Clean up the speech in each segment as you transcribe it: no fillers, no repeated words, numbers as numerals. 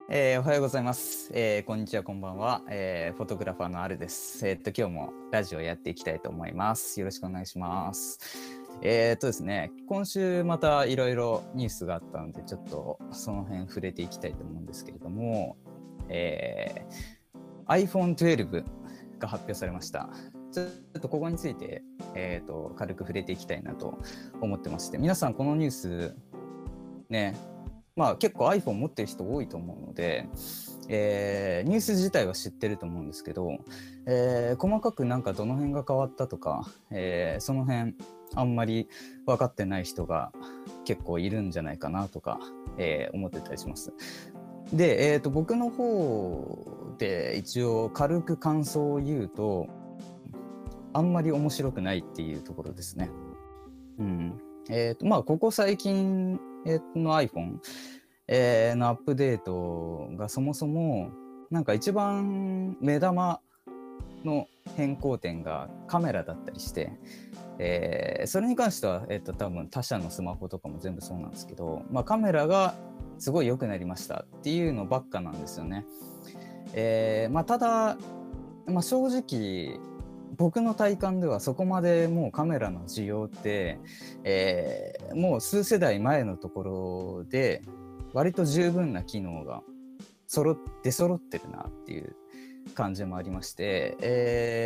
おはようございます。こんにちは、こんばんは。フォトグラファーのあるです。今日もラジオやっていきたいと思います。よろしくお願いします。ですね、今週またいろいろニュースがあったので、ちょっとその辺触れていきたいと思うんですけれども、iPhone 12が発表されました。ちょっとここについて、軽く触れていきたいなと思ってまして、皆さんこのニュースね、結構 iPhone 持ってる人多いと思うので、ニュース自体は知ってると思うんですけど、細かくなんかどの辺が変わったとか、その辺あんまり分かってない人が結構いるんじゃないかなとか、思ってたりします。で、僕の方で一応軽く感想を言うと、あんまり面白くないっていうところですね。ここ最近、の iPhone、のアップデートがそもそもなんか一番目玉の変更点がカメラだったりして、それに関しては、多分他社のスマホとかも全部そうなんですけど、カメラがすごい良くなりましたっていうのばっかなんですよね。ただ、正直僕の体感ではそこまでもうカメラの需要って、もう数世代前のところで割と十分な機能が出揃ってるなっていう感じもありまして、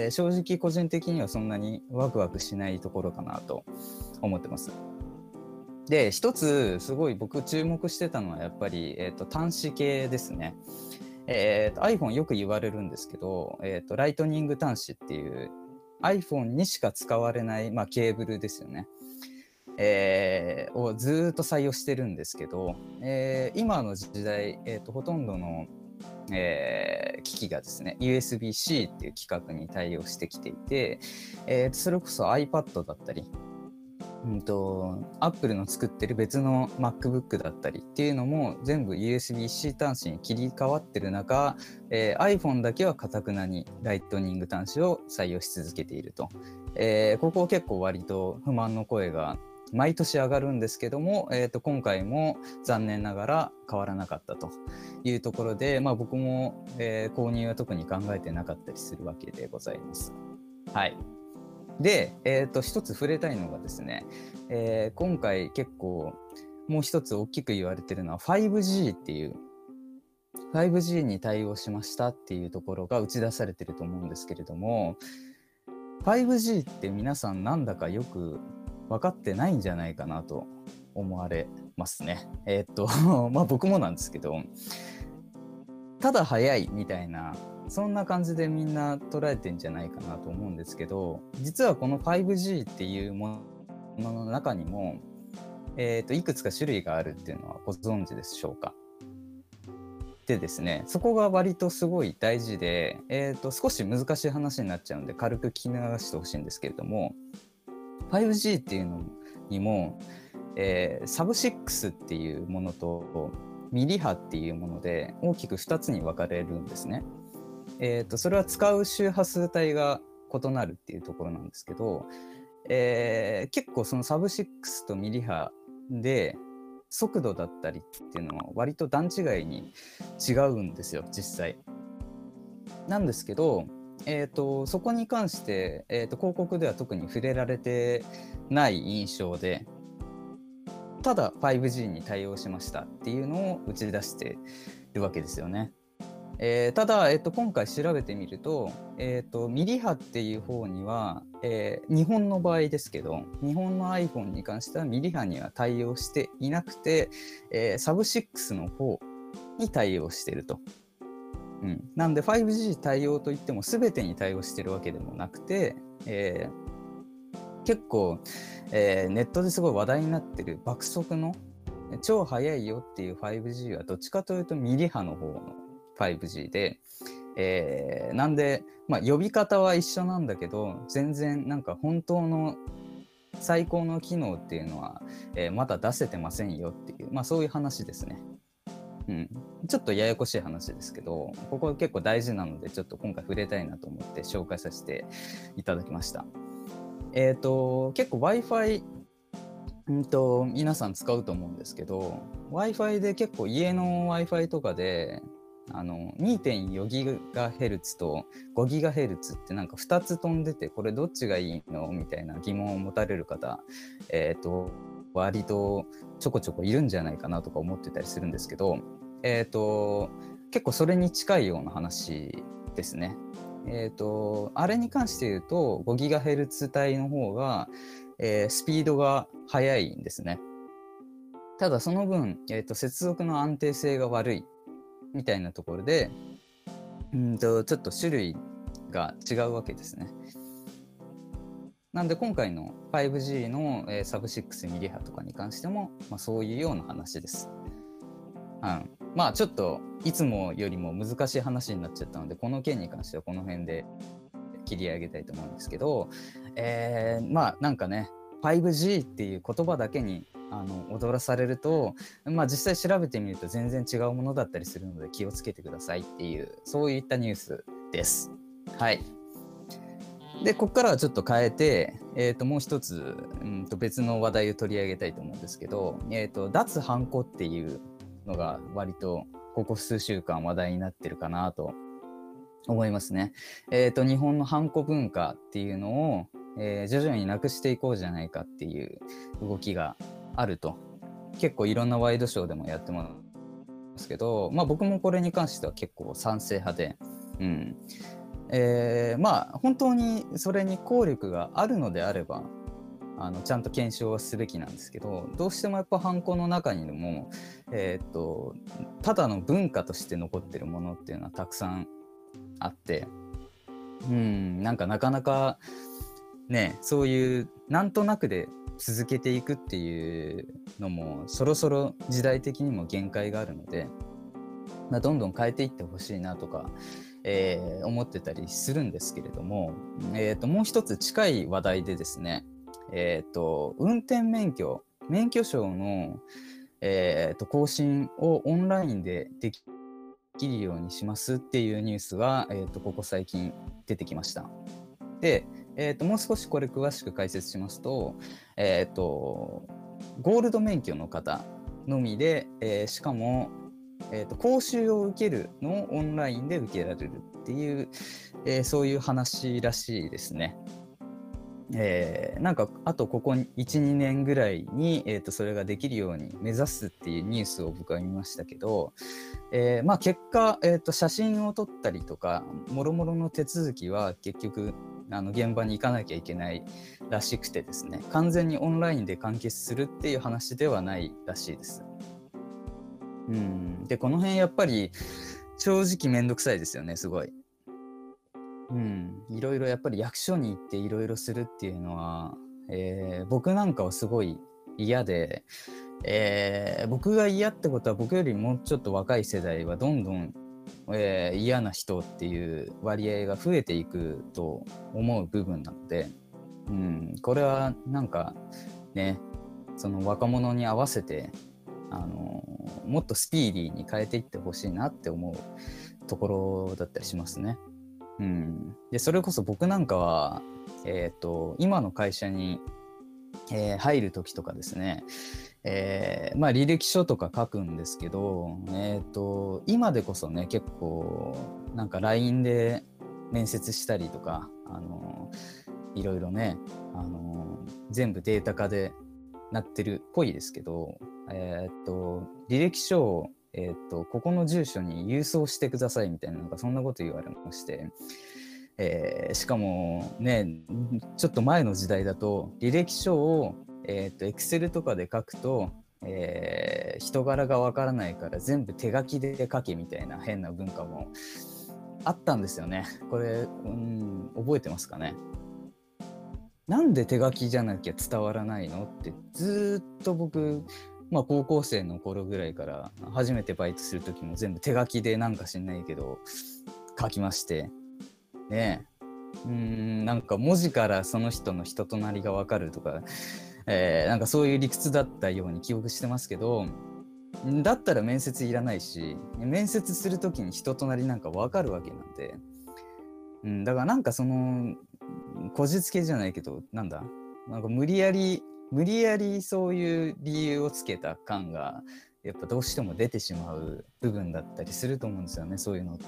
正直個人的にはそんなにワクワクしないところかなと思ってます。で、一つすごい僕注目してたのはやっぱり、端子系ですね。iPhone よく言われるんですけど、ライトニング端子っていう iPhone にしか使われない、ケーブルですよね。をずっと採用してるんですけど、今の時代、ほとんどの、機器がですね USB-C っていう規格に対応してきていて、それこそ iPad だったり、Apple の作ってる別の MacBook だったりっていうのも全部 USB-C 端子に切り替わってる中、iPhone だけはかたくなにライトニング端子を採用し続けていると。ここ結構割と不満の声が毎年上がるんですけども、今回も残念ながら変わらなかったというところで、僕も、購入は特に考えてなかったりするわけでございます。はい。で、一つ触れたいのがですね、今回結構もう一つ大きく言われてるのは 5G っていう 5G に対応しましたっていうところが打ち出されてると思うんですけれども、 5G って皆さんなんだかよく分かってないんじゃないかなと思われますね。僕もなんですけど、ただ早いみたいな、そんな感じでみんな捉えてんじゃないかなと思うんですけど、実はこの 5G っていうものの中にも、いくつか種類があるっていうのはご存知でしょうか。でですね、そこが割とすごい大事で、少し難しい話になっちゃうんで軽く聞き流してほしいんですけれども、5G っていうのにも、サブ6っていうものとミリ波っていうもので大きく2つに分かれるんですね。それは使う周波数帯が異なるっていうところなんですけど、結構そのサブ6とミリ波で速度だったりっていうのは割と段違いに違うんですよ、実際。なんですけど、そこに関して、広告では特に触れられてない印象で、ただ 5G に対応しましたっていうのを打ち出しているわけですよね。ただ、今回調べてみると、ミリ波っていう方には、日本の場合ですけど、日本の iPhone に関してはミリ波には対応していなくて、サブ6の方に対応していると。なんで 5G 対応といっても全てに対応してるわけでもなくて、結構、ネットですごい話題になってる爆速の超速いよっていう 5G はどっちかというとミリ波の方の 5G で、なんで、呼び方は一緒なんだけど全然なんか本当の最高の機能っていうのは、まだ出せてませんよっていう、そういう話ですね。ちょっとややこしい話ですけど、ここ結構大事なのでちょっと今回触れたいなと思って紹介させていただきました。結構 Wi-Fi 皆さん使うと思うんですけど、Wi-Fi で結構家の Wi-Fi とかで、2.4GHz と 5GHz ってなんか2つ飛んでて、これどっちがいいのみたいな疑問を持たれる方、割とちょこちょこいるんじゃないかなとか思ってたりするんですけど、結構それに近いような話ですね。あれに関して言うと 5GHz 帯の方が、スピードが速いんですね。ただその分、接続の安定性が悪いみたいなところで、ちょっと種類が違うわけですね。なんで今回の 5G の、サブ6ミリ波とかに関しても、そういうような話です。まあちょっといつもよりも難しい話になっちゃったので、この件に関してはこの辺で切り上げたいと思うんですけど、なんかね 5G っていう言葉だけに踊らされると、実際調べてみると全然違うものだったりするので気をつけてくださいっていう、そういったニュースです。はい。でここからはちょっと変えて、もう一つ、別の話題を取り上げたいと思うんですけど、脱ハンコっていうのが割とここ数週間話題になってるかなと思いますね。日本のハンコ文化っていうのを、徐々になくしていこうじゃないかっていう動きがあると。結構いろんなワイドショーでもやってますけど、僕もこれに関しては結構賛成派で、本当にそれに効力があるのであればちゃんと検証はすべきなんですけど、どうしてもやっぱハンコの中にも、ただの文化として残ってるものっていうのはたくさんあって、なんかなかなかね、そういうなんとなくで続けていくっていうのもそろそろ時代的にも限界があるので、どんどん変えていってほしいなとか、思ってたりするんですけれども、もう一つ近い話題でですね、運転免許証の、更新をオンラインでできるようにしますっていうニュースが、ここ最近出てきました。で、もう少しこれ詳しく解説しますと、ゴールド免許の方のみで、しかも、講習を受けるのをオンラインで受けられるっていう、そういう話らしいですね。なんかあとここ 1,2 年ぐらいに、それができるように目指すっていうニュースを僕は見ましたけど、結果、写真を撮ったりとかもろもろの手続きは結局現場に行かなきゃいけないらしくてですね、完全にオンラインで完結するっていう話ではないらしいです。でこの辺やっぱり正直めんどくさいですよね、すごい。いろいろやっぱり役所に行っていろいろするっていうのは、僕なんかはすごい嫌で、僕が嫌ってことは僕よりもうちょっと若い世代はどんどん、嫌な人っていう割合が増えていくと思う部分なので、これはなんかね、その若者に合わせてもっとスピーディーに変えていってほしいなって思うところだったりしますね。でそれこそ僕なんかは、今の会社に、入る時とかですね、履歴書とか書くんですけど、今でこそね結構なんか LINE で面接したりとかいろいろね、全部データ化でなってるっぽいですけど、履歴書をここの住所に郵送してくださいみたいな、なんかそんなこと言われまして、しかもねちょっと前の時代だと履歴書をExcel とかで書くと、人柄がわからないから全部手書きで書けみたいな変な文化もあったんですよね。これ覚えてますかね。なんで手書きじゃなきゃ伝わらないのってずっと僕高校生の頃ぐらいから初めてバイトする時も全部手書きでなんか知んないけど書きましてね。なんか文字からその人の人となりが分かるとか、なんかそういう理屈だったように記憶してますけど、だったら面接いらないし、面接する時に人となりなんか分かるわけなんで、だからなんかそのこじつけじゃないけどなんか無理やり無理やりそういう理由をつけた感がやっぱどうしても出てしまう部分だったりすると思うんですよね、そういうのって。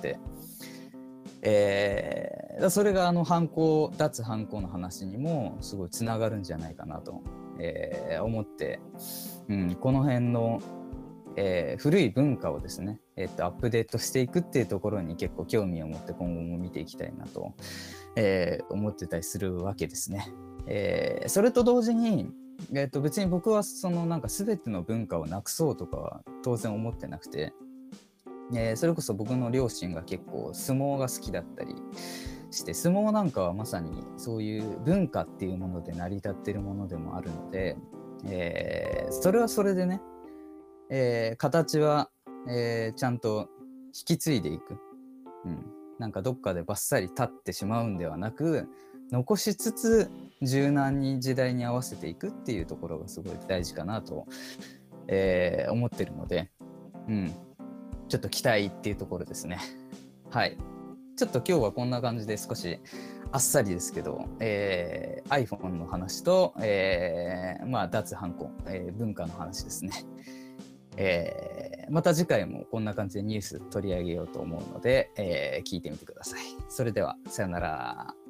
それが脱犯行の話にもすごいつながるんじゃないかなと、思って、この辺の、古い文化をですね、アップデートしていくっていうところに結構興味を持って今後も見ていきたいなと、思ってたりするわけですね。それと同時に、別に僕はなんか全ての文化をなくそうとかは当然思ってなくて、それこそ僕の両親が結構相撲が好きだったりして、相撲なんかはまさにそういう文化っていうもので成り立ってるものでもあるので、それはそれでね、形は、ちゃんと引き継いでいく、なんかどっかでバッサリ立ってしまうんではなく、残しつつ柔軟に時代に合わせていくっていうところがすごい大事かなと、思ってるので、ちょっと期待っていうところですね。はい。ちょっと今日はこんな感じで少しあっさりですけど、iPhone の話と、脱犯行、文化の話ですね。また次回もこんな感じでニュース取り上げようと思うので、聞いてみてください。それでは、さよなら。